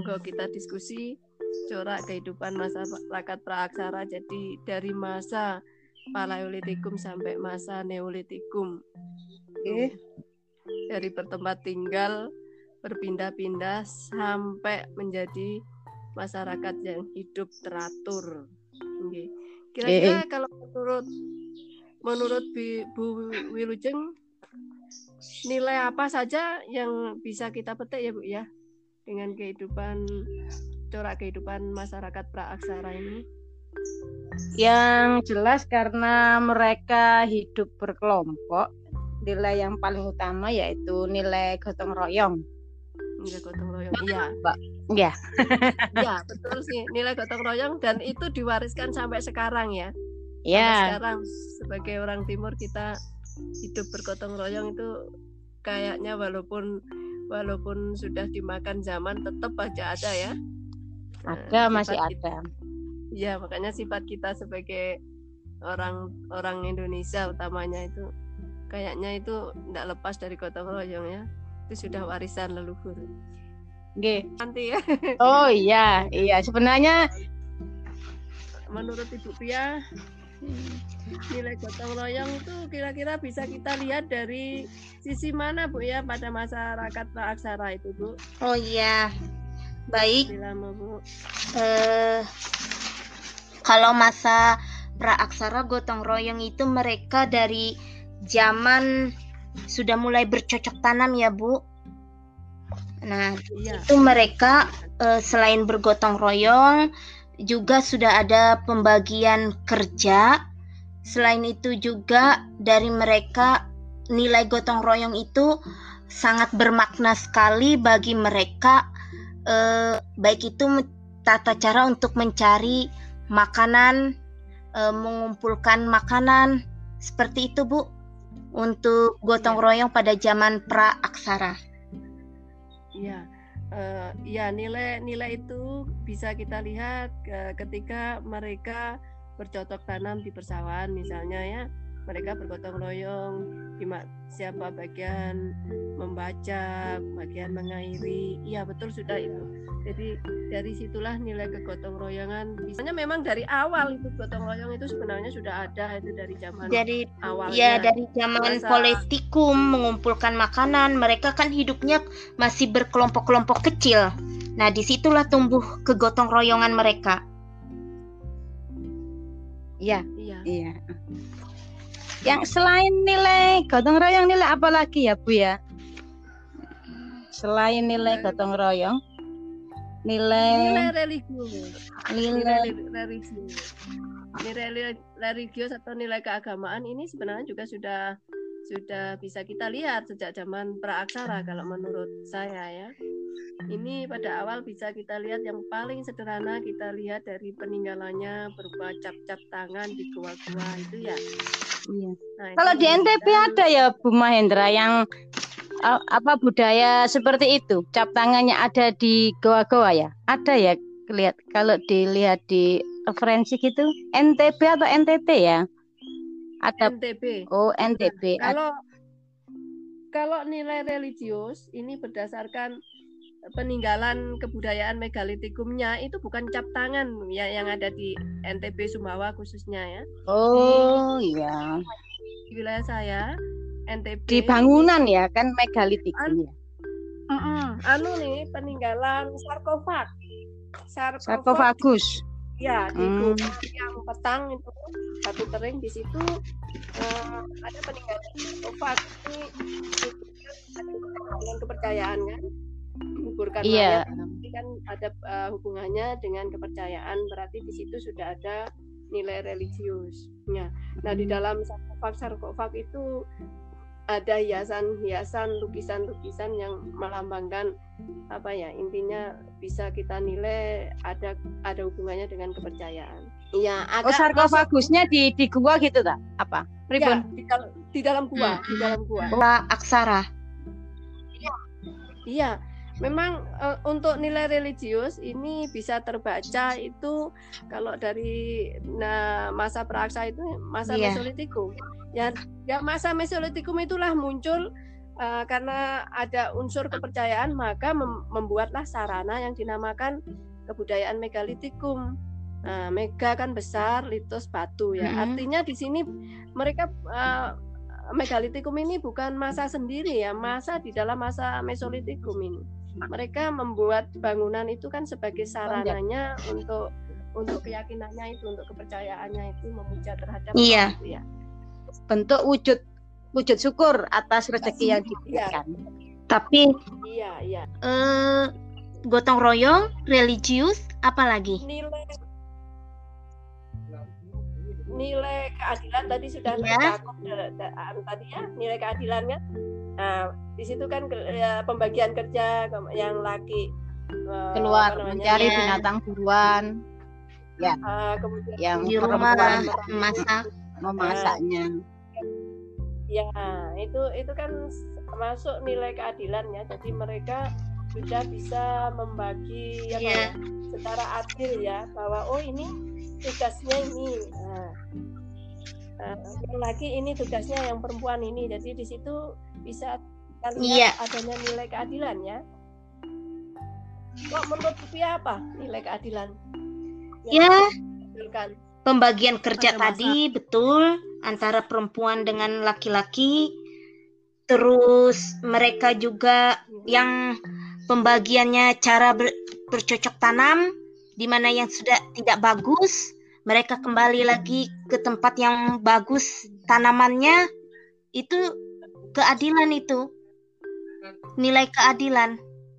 monggo kita diskusi corak kehidupan masyarakat praaksara. Jadi dari masa Paleolitikum sampai masa Neolitikum. Dari bertempat tinggal berpindah-pindah sampai menjadi masyarakat yang hidup teratur. Kira-kira kalau menurut Bu Wilujeng, nilai apa saja yang bisa kita petik ya Bu ya dengan corak kehidupan masyarakat praaksara ini? Yang jelas karena mereka hidup berkelompok, nilai yang paling utama yaitu nilai gotong royong. Nilai gotong royong, iya. Mbak. Iya. Iya, betul sih, nilai gotong royong, dan itu diwariskan sampai sekarang ya. Iya. Sampai sekarang sebagai orang timur kita hidup bergotong royong itu kayaknya walaupun sudah dimakan zaman tetap aja ada ya. Ada, masih ada. Iya, makanya sifat kita sebagai orang Indonesia utamanya itu kayaknya itu tidak lepas dari gotong royong ya. Itu sudah warisan leluhur. Nanti ya. Oh iya, sebenarnya menurut Ibu Pia, nilai gotong royong itu kira-kira bisa kita lihat dari sisi mana Bu ya pada masyarakat praaksara itu Bu? Oh iya, baik. Bu. Kalau masa praaksara gotong royong itu mereka dari zaman sudah mulai bercocok tanam ya Bu. Nah itu mereka selain bergotong royong juga sudah ada pembagian kerja. Selain itu juga dari mereka nilai gotong royong itu sangat bermakna sekali bagi mereka, baik itu tata cara untuk mencari makanan, mengumpulkan makanan, seperti itu Bu, untuk gotong royong pada zaman praaksara. Iya, nilai itu bisa kita lihat ketika mereka bercocok tanam di persawahan misalnya ya. Mereka bergotong royong, siapa bagian membaca, bagian mengairi. Iya betul sudah itu. Jadi dari situlah nilai kegotong royongan. Biasanya memang dari awal itu gotong royong itu sebenarnya sudah ada itu dari zaman awal. Ya dari zaman Poletikum mengumpulkan makanan. Mereka kan hidupnya masih berkelompok-kelompok kecil. Nah disitulah tumbuh kegotong royongan mereka. Iya. Yang selain nilai gotong royong, nilai apa lagi ya Bu ya? Selain nilai gotong royong, nilai religius. Nilai religius atau nilai keagamaan ini sebenarnya juga sudah bisa kita lihat sejak zaman praaksara kalau menurut saya ya. Ini pada awal bisa kita lihat yang paling sederhana, kita lihat dari peninggalannya berupa cap-cap tangan di gua-gua itu ya. Iya. Nah, kalau di NTB ada ya Bu Mahendra yang budaya seperti itu, cap tangannya ada di goa-goa ya? Ada ya, kalau dilihat di referensi gitu, NTB atau NTT ya? Ada. NTB. Oh, NTB. Kalau nilai religius ini berdasarkan peninggalan kebudayaan megalitikumnya, itu bukan cap tangan ya yang ada di NTB Sumbawa khususnya ya. Oh iya. Di wilayah saya NTB. Di bangunan ya kan megalitikum ya. Nih peninggalan sarkofagus. Ya di gua yang petang itu batu tering, di situ ada peninggalan sarkofag. Ini dengan kepercayaan kan. Menguburkan mayat, ini kan ada hubungannya dengan kepercayaan, berarti di situ sudah ada nilai religius. Nah di dalam sarkofag itu ada hiasan, lukisan yang melambangkan apa ya, intinya bisa kita nilai ada hubungannya dengan kepercayaan. Ya, sarkofagusnya di gua gitu tak? Apa? Ya, di dalam gua, Aksara. Iya. Memang untuk nilai religius ini bisa terbaca itu kalau dari masa praaksara itu masa Mesolitikum. Ya masa Mesolitikum itulah muncul karena ada unsur kepercayaan, maka membuatlah sarana yang dinamakan kebudayaan megalitikum. Mega kan besar, litos batu ya. Artinya di sini mereka megalitikum ini bukan masa sendiri ya, masa di dalam masa mesolitikum ini. Mereka membuat bangunan itu kan sebagai sarananya untuk keyakinannya itu, untuk kepercayaannya itu, memuja terhadap Iya. itu ya. Bentuk wujud syukur atas rezeki yang diberikan. Tapi Iya. gotong royong, religius, apalagi? Nilai keadilan tadi sudah tercakup tadi ya, nilai keadilan kan. Nah, di situ kan pembagian kerja yang laki keluar mencari binatang buruan, ya. Kemudian yang di rumah perempuan memasaknya. Ya, itu kan masuk nilai keadilan ya. Jadi mereka sudah bisa membagi ya, secara adil ya, bahwa oh ini tugasnya ini. Yang laki ini tugasnya yang perempuan ini. Jadi di situ bisa kita lihat adanya nilai keadilan ya. Kok menurut Pia apa nilai keadilan? Pembagian kerja tadi betul antara perempuan dengan laki-laki. Terus mereka juga yang pembagiannya cara bercocok tanam, di mana yang sudah tidak bagus mereka kembali lagi ke tempat yang bagus tanamannya. Itu keadilan, itu nilai keadilan.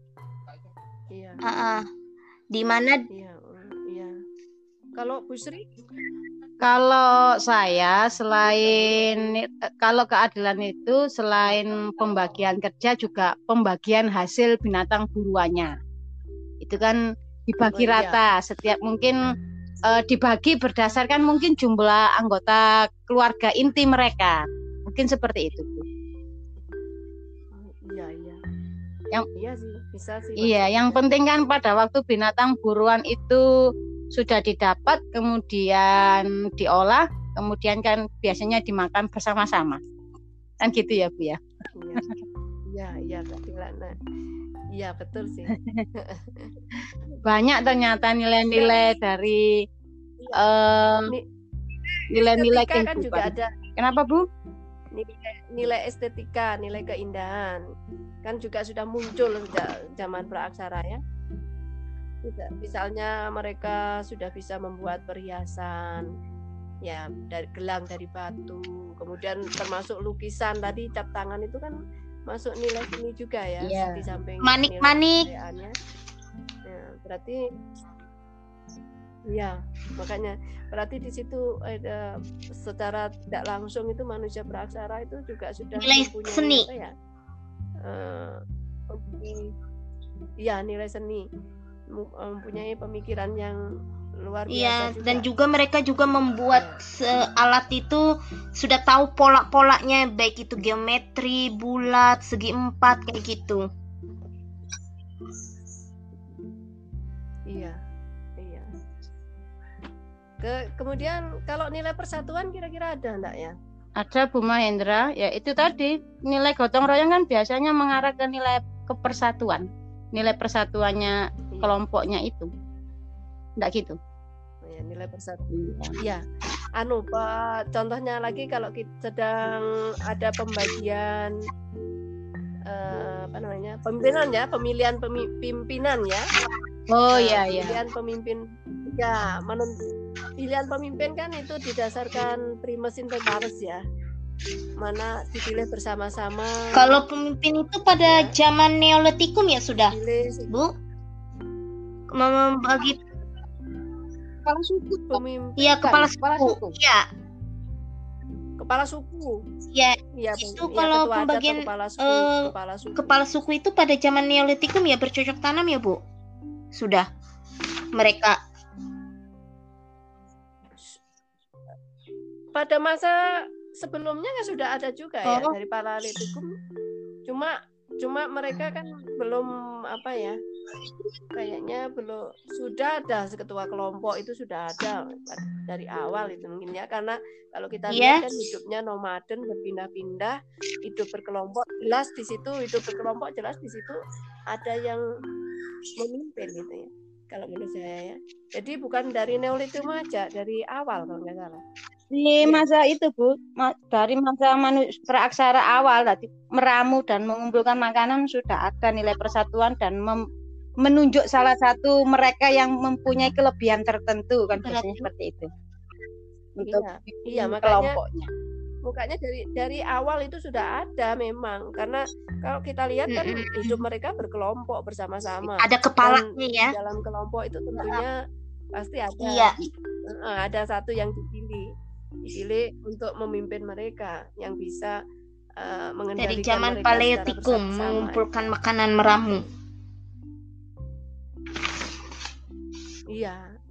Di mana kalau Bu Sri? Kalau saya kalau keadilan itu selain pembagian kerja juga pembagian hasil binatang buruannya. Itu kan dibagi rata, setiap mungkin dibagi berdasarkan mungkin jumlah anggota keluarga inti mereka. Mungkin seperti itu, Bu. Iya sih, bisa sih. Iya, yang penting kan pada waktu binatang buruan itu sudah didapat, kemudian diolah, kemudian kan biasanya dimakan bersama-sama. Kan gitu ya, Bu ya? Iya, keadilan. Iya, betul sih. Banyak ternyata nilai-nilai dari nilai-nilai kehidupan. Kan juga ada. Kenapa, Bu? Nilai estetika, nilai keindahan. Kan juga sudah muncul sejak zaman praaksara ya. Misalnya mereka sudah bisa membuat perhiasan ya, dari gelang dari batu, kemudian termasuk lukisan tadi, cap tangan itu kan masuk nilai seni juga ya. Di samping manik-manik ya, berarti ya, makanya berarti di situ secara tidak langsung itu manusia praaksara itu juga sudah nilai seni nilai seni, mempunyai pemikiran yang luar biasa juga. Dan juga mereka juga membuat alat itu sudah tahu pola-polanya, baik itu geometri, bulat, segi empat, kayak gitu. Iya. Kemudian kalau nilai persatuan kira-kira ada enggak ya? Ada, Bu Mahendra. Ya itu tadi, nilai gotong royong kan biasanya mengarah ke nilai kepersatuan. Nilai persatuannya kelompoknya itu. Enggak gitu? Ya, nilai persatuan. Iya. Contohnya lagi kalau kita sedang ada pembagian pemilihan pimpinan ya. Pilihan pemimpin ya, pilihan pemimpin kan itu didasarkan primus inter pares ya, mana dipilih bersama-sama. Kalau pemimpin itu pada zaman Neolitikum ya sudah, Bu, membagi kepala suku, pemimpin. Iya, kepala suku. Iya. Kepala suku. Iya. Itu kalau pembagian kepala suku itu pada zaman Neolitikum ya bercocok tanam ya, Bu. Sudah mereka pada masa sebelumnya kan sudah ada juga ya dari Paleolitikum. Cuma mereka kan belum kayaknya belum, sudah ada ketua kelompok itu sudah ada dari awal itu mungkin ya, karena kalau kita lihat kan hidupnya nomaden berpindah-pindah, hidup berkelompok jelas di situ, hidup berkelompok jelas di situ ada yang memimpin gitu ya kalau menurut saya ya. Jadi bukan dari Neolitik aja, dari awal kalau nggak salah. Di masa itu Bu, dari masa praaksara awal tadi meramu dan mengumpulkan makanan sudah ada nilai persatuan dan menunjuk salah satu mereka yang mempunyai kelebihan tertentu kan biasanya seperti itu. Untuk kelompoknya. Makanya dari awal itu sudah ada memang, karena kalau kita lihat kan hidup mereka berkelompok bersama-sama. Ada kepalanya ya. Dalam kelompok itu tentunya pasti ada. Iya. Ada satu yang dipilih untuk memimpin mereka yang bisa mengendalikan dari zaman Paleolitikum mengumpulkan makanan meramu. Iya.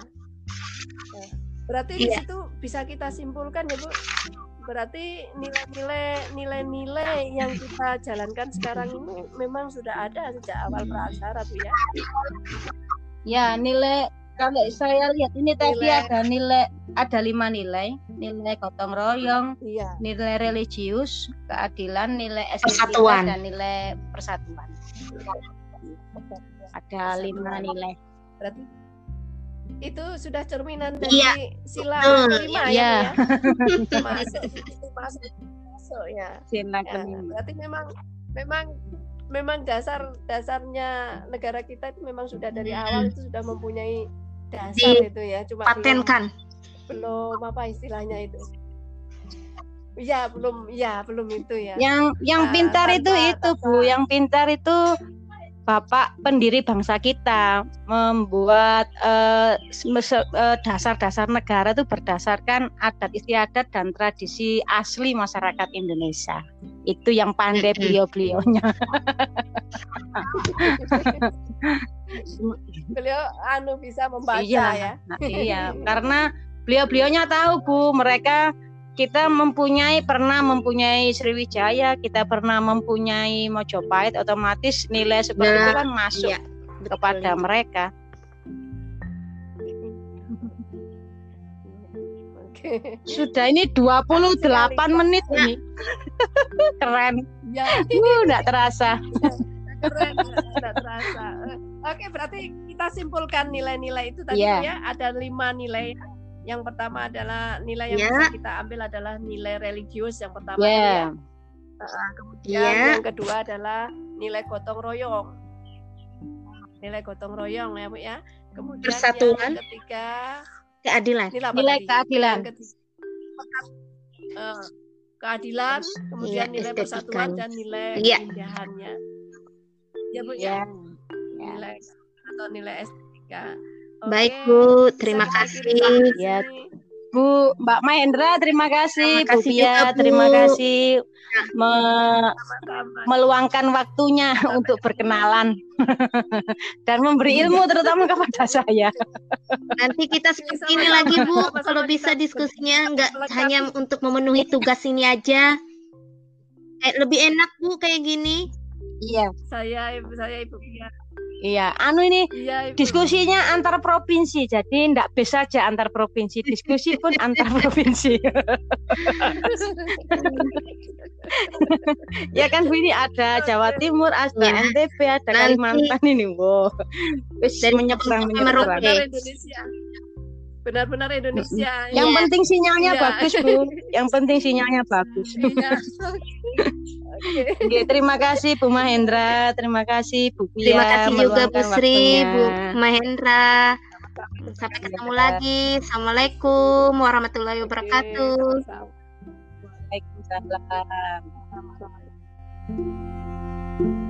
Berarti di situ bisa kita simpulkan ya Bu. Berarti nilai-nilai yang kita jalankan sekarang ini memang sudah ada sejak awal praaksara Bu ya. Ya, nilai kalau saya lihat ini tadi ada 5 nilai gotong royong, nilai religius, keadilan, nilai estetika, dan nilai persatuan. Ada 5 nilai. Berarti itu sudah cerminan dari sila kelima ya. Masuk ya. Sila kelima. Berarti memang dasarnya negara kita itu memang sudah dari awal itu sudah mempunyai dasar itu ya, cuma patenkan belum apa istilahnya itu belum itu ya. Yang pintar itu Bu, yang pintar itu Bapak pendiri bangsa kita membuat dasar-dasar negara itu berdasarkan adat istiadat dan tradisi asli masyarakat Indonesia. Itu yang pandai beliau-beliaunya. Beliau bisa membaca ya. Iya, karena beliau-beliaunya tahu Bu, kita pernah mempunyai Sriwijaya, kita pernah mempunyai Mojopahit, otomatis nilai seperti itu kan masuk kepada mereka. Sudah ini 28 menit ini. Keren. Enggak terasa. Keren, enggak terasa. Oke, berarti kita simpulkan nilai-nilai itu tadi ya, ada 5 nilai. Yang pertama adalah nilai yang bisa kita ambil adalah nilai religius yang pertama ya. Kemudian yang kedua adalah nilai gotong royong. Nilai gotong royong ya Bu ya. Kemudian persatuan. Yang ketiga keadilan. Nilai keadilan. Keadilan, kemudian nilai persatuan dan nilai keindahannya. Ya Bu ya. Nilai atau nilai estetika. Baik Bu, terima kasih. Ya, Bu Mbak Mahendra, terima kasih. Bu Pia, terima kasih meluangkan waktunya untuk berkenalan dan memberi ilmu terutama kepada saya. Nanti kita seperti ini lagi Bu, kalau bisa diskusinya nggak hanya untuk memenuhi tugas ini aja. Lebih enak Bu kayak gini. Iya. Saya Ibu Pia. Iya, ini diskusinya antar provinsi, jadi enggak bisa saja antar provinsi, diskusi pun antar provinsi. Ya kan Bu, ini ada Jawa Timur, ada NTB, ada Kalimantan ini, wow. Dari menyeberang Indonesia. Benar-benar Indonesia. Yang penting sinyalnya bagus Bu, yang penting sinyalnya bagus. Oke, terima kasih Bu Mahendra, terima kasih Bu Pia. Terima kasih juga Bu Sri, Bu Mahendra. Sampai ketemu lagi. Assalamualaikum warahmatullahi wabarakatuh. Waalaikumsalam.